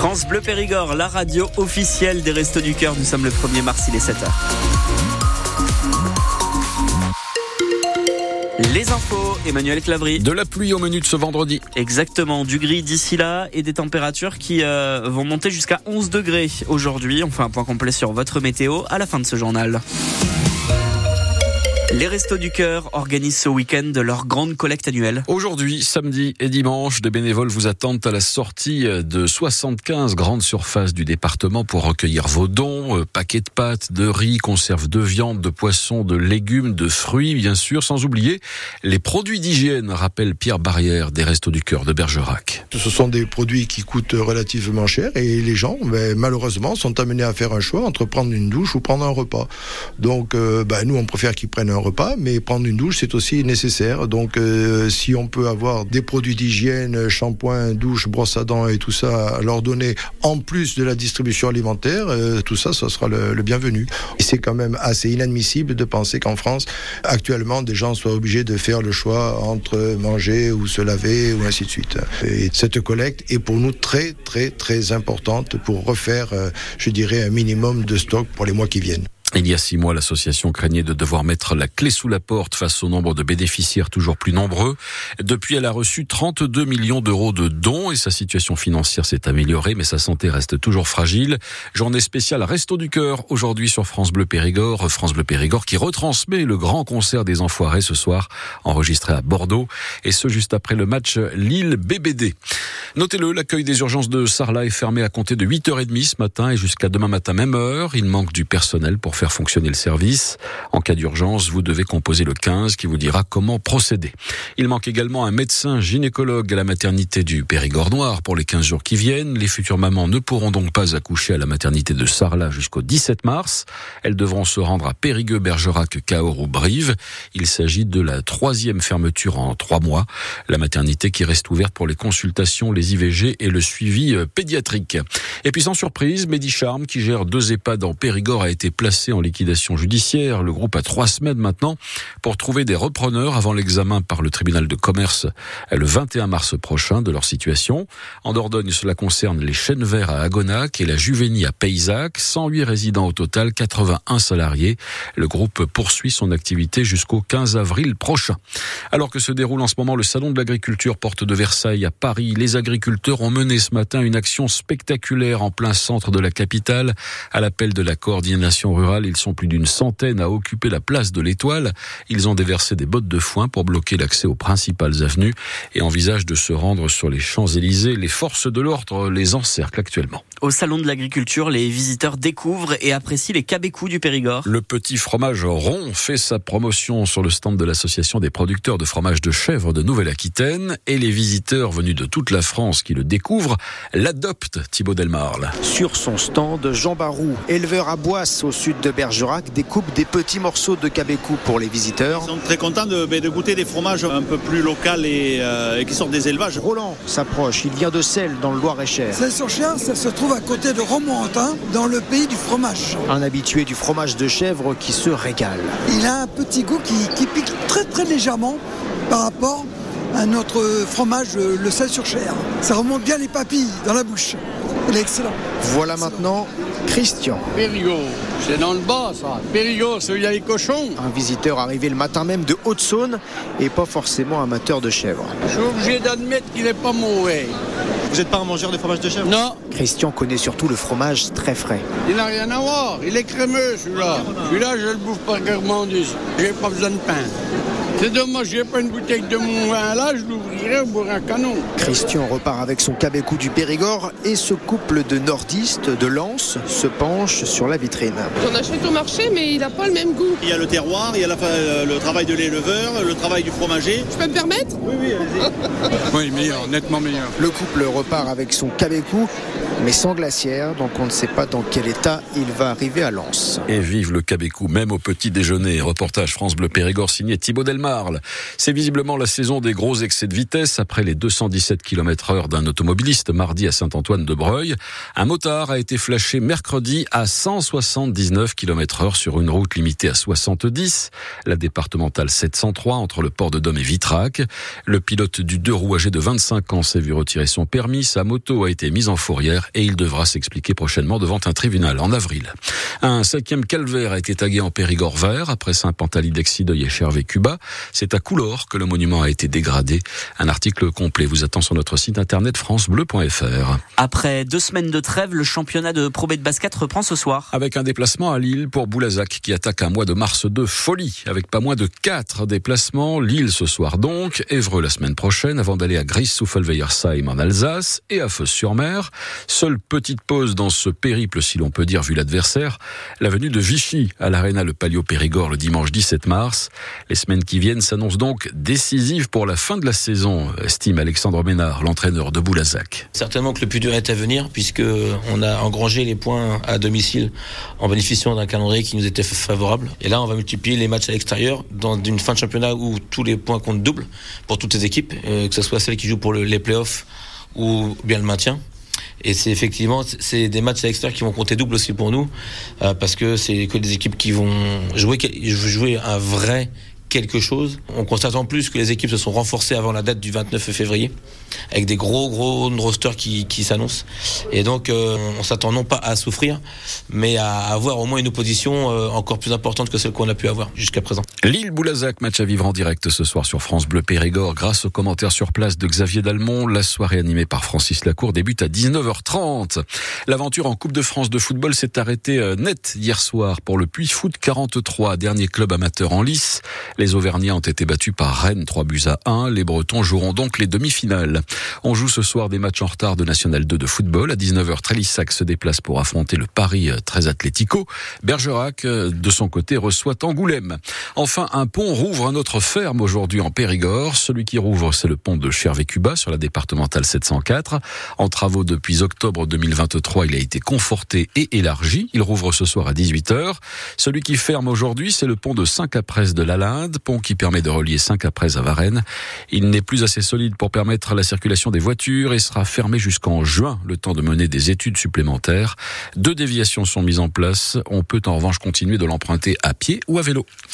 France Bleu Périgord, la radio officielle des Restos du Cœur. Nous sommes le 1er mars, il est 7h. Les infos, Emmanuel Clavry. De la pluie au menu de ce vendredi. Exactement, du gris d'ici là et des températures qui vont monter jusqu'à 11 degrés aujourd'hui. On fait un point complet sur votre météo à la fin de ce journal. Les Restos du Cœur organisent ce week-end leur grande collecte annuelle. Aujourd'hui, samedi et dimanche, des bénévoles vous attendent à la sortie de 75 grandes surfaces du département pour recueillir vos dons, paquets de pâtes, de riz, conserves de viande, de poissons, de légumes, de fruits, bien sûr, sans oublier les produits d'hygiène, rappelle Pierre Barrière des Restos du Cœur de Bergerac. Ce sont des produits qui coûtent relativement cher et les gens, malheureusement, sont amenés à faire un choix entre prendre une douche ou prendre un repas. Donc, nous, on préfère qu'ils prennent un repas, mais prendre une douche, c'est aussi nécessaire. Donc, si on peut avoir des produits d'hygiène, shampoing, douche, brosse à dents et tout ça, à leur donner en plus de la distribution alimentaire, tout ça, ça sera le bienvenu. Et c'est quand même assez inadmissible de penser qu'en France, actuellement, des gens soient obligés de faire le choix entre manger ou se laver ou ainsi de suite. Et cette collecte est pour nous très, très, très importante pour refaire, un minimum de stock pour les mois qui viennent. Il y a 6 mois, l'association craignait de devoir mettre la clé sous la porte face au nombre de bénéficiaires toujours plus nombreux. Depuis, elle a reçu 32 millions d'euros de dons et sa situation financière s'est améliorée, mais sa santé reste toujours fragile. Journée spéciale Restos du Cœur aujourd'hui sur France Bleu Périgord. France Bleu Périgord qui retransmet le grand concert des Enfoirés ce soir, enregistré à Bordeaux, et ce juste après le match Lille-BBD. Notez-le, l'accueil des urgences de Sarlat est fermé à compter de 8h30 ce matin et jusqu'à demain matin même heure. Il manque du personnel pour faire fonctionner le service. En cas d'urgence, vous devez composer le 15 qui vous dira comment procéder. Il manque également un médecin gynécologue à la maternité du Périgord Noir pour les 15 jours qui viennent. Les futures mamans ne pourront donc pas accoucher à la maternité de Sarlat jusqu'au 17 mars. Elles devront se rendre à Périgueux, Bergerac, Cahors ou Brive. Il s'agit de la 3e fermeture en 3 mois. La maternité qui reste ouverte pour les consultations, les IVG et le suivi pédiatrique. Et puis sans surprise, Medicharm, qui gère 2 EHPAD en Périgord, a été placé en liquidation judiciaire. Le groupe a 3 semaines maintenant pour trouver des repreneurs avant l'examen par le tribunal de commerce le 21 mars prochain de leur situation. En Dordogne, cela concerne les Chênes Verts à Agonac et la Juvenie à Paysac. 108 résidents au total, 81 salariés. Le groupe poursuit son activité jusqu'au 15 avril prochain. Alors que se déroule en ce moment le salon de l'agriculture porte de Versailles à Paris, les agriculteurs ont mené ce matin une action spectaculaire en plein centre de la capitale. À l'appel de la coordination rurale, ils sont plus d'une centaine à occuper la place de l'Étoile. Ils ont déversé des bottes de foin pour bloquer l'accès aux principales avenues et envisagent de se rendre sur les Champs-Élysées. Les forces de l'ordre les encerclent actuellement. Au salon de l'agriculture, les visiteurs découvrent et apprécient les cabecous du Périgord. Le petit fromage rond fait sa promotion sur le stand de l'association des producteurs de fromage de chèvre de Nouvelle-Aquitaine et les visiteurs venus de toute la France qui le découvrent l'adoptent. Thibaut Delmarle. Sur son stand, Jean Barou, éleveur à Boisse au sud de Bergerac, découpe des petits morceaux de cabecou pour les visiteurs. Ils sont très contents de goûter des fromages un peu plus locaux et qui sortent des élevages. Roland s'approche, il vient de Celles dans le Loir-et-Cher. Celles-sur-Cher, ça se trouve à côté de Romorantin, dans le pays du fromage. Un habitué du fromage de chèvre qui se régale. Il a un petit goût qui pique très très légèrement par rapport à notre fromage, le Celles-sur-Cher. Ça remonte bien les papilles dans la bouche. Il est excellent. Voilà maintenant Christian. Périgord, c'est dans le bas ça. Périgord, c'est où il y a les cochons. Un visiteur arrivé le matin même de Haute-Saône et pas forcément amateur de chèvre. Je suis obligé d'admettre qu'il n'est pas mauvais. Vous n'êtes pas un mangeur de fromage de chèvre ? Non. Christian connaît surtout le fromage très frais. Il n'a rien à voir, il est crémeux celui-là. Celui-là, je le bouffe par gourmandise. J'ai pas besoin de pain. C'est dommage, j'ai pas une bouteille de mon vin là, je l'ouvrirai au bourrin canon. Christian repart avec son cabecou du Périgord et ce couple de nordistes de Lens se penche sur la vitrine. On achète au marché, mais il n'a pas le même goût. Il y a le terroir, il y a le travail de l'éleveur, le travail du fromager. Je peux me permettre ? Oui, allez-y. Oui, meilleur, nettement meilleur. Le couple repart avec son cabecou, mais sans glacière, donc on ne sait pas dans quel état il va arriver à Lens. Et vive le cabecou, même au petit déjeuner. Reportage France Bleu Périgord signé Thibaut Delmarle. Marle. C'est visiblement la saison des gros excès de vitesse après les 217 km/h d'un automobiliste mardi à Saint-Antoine-de-Breuil. Un motard a été flashé mercredi à 179 km/h sur une route limitée à 70, la départementale 703 entre le port de Dôme et Vitrac. Le pilote du 2 roues âgé de 25 ans s'est vu retirer son permis. Sa moto a été mise en fourrière et il devra s'expliquer prochainement devant un tribunal en avril. Un 5e calvaire a été tagué en Périgord vert après Saint-Pantaly d'Excideuil et Chervé-Cuba. C'est à Coulors que le monument a été dégradé. Un article complet vous attend sur notre site internet francebleu.fr. Après 2 semaines de trêve, le championnat de Pro B de basket reprend ce soir. Avec un déplacement à Lille pour Boulazac qui attaque un mois de mars de folie avec pas moins de 4 déplacements. Lille ce soir donc, Évreux la semaine prochaine avant d'aller à Gries-Souffelveillersheim en Alsace et à Fos-sur-Mer. Seule petite pause dans ce périple si l'on peut dire vu l'adversaire, la venue de Vichy à l'Arena Le Palio Périgord le dimanche 17 mars. Les semaines qui viennent s'annoncent donc décisives pour la fin de la saison, estime Alexandre Ménard, l'entraîneur de Boulazac. Certainement que le plus dur est à venir puisque on a engrangé les points à domicile en bénéficiant d'un calendrier qui nous était favorable. Et là, on va multiplier les matchs à l'extérieur dans une fin de championnat où tous les points comptent double pour toutes les équipes, que ce soit celles qui jouent pour les playoffs ou bien le maintien. Et c'est effectivement des matchs à l'extérieur qui vont compter double aussi pour nous parce que c'est que des équipes qui vont jouer un vrai quelque chose. On constate en plus que les équipes se sont renforcées avant la date du 29 février avec des gros rosters qui s'annoncent. Et donc on s'attend non pas à souffrir mais à avoir au moins une opposition encore plus importante que celle qu'on a pu avoir jusqu'à présent. Lille-Boulazac, match à vivre en direct ce soir sur France Bleu Périgord grâce aux commentaires sur place de Xavier Dalmont. La soirée animée par Francis Lacour débute à 19h30. L'aventure en Coupe de France de football s'est arrêtée net hier soir pour le Puy Foot 43, dernier club amateur en lice. Les Auvergnats ont été battus par Rennes 3-1. Les Bretons joueront donc les demi-finales. On joue ce soir des matchs en retard de National 2 de football. À 19h, Trélissac se déplace pour affronter le Paris très Atlético. Bergerac, de son côté, reçoit Angoulême. Enfin, un pont rouvre une autre ferme aujourd'hui en Périgord. Celui qui rouvre, c'est le pont de Chervé-Cuba sur la départementale 704. En travaux depuis octobre 2023, il a été conforté et élargi. Il rouvre ce soir à 18h. Celui qui ferme aujourd'hui, c'est le pont de Saint-Caprès de l'Alinde, pont qui permet de relier Saint-Caprès à Varennes. Il n'est plus assez solide pour permettre la circulation des voitures et sera fermé jusqu'en juin, le temps de mener des études supplémentaires. 2 déviations sont mises en place. On peut en revanche continuer de l'emprunter à pied ou à vélo.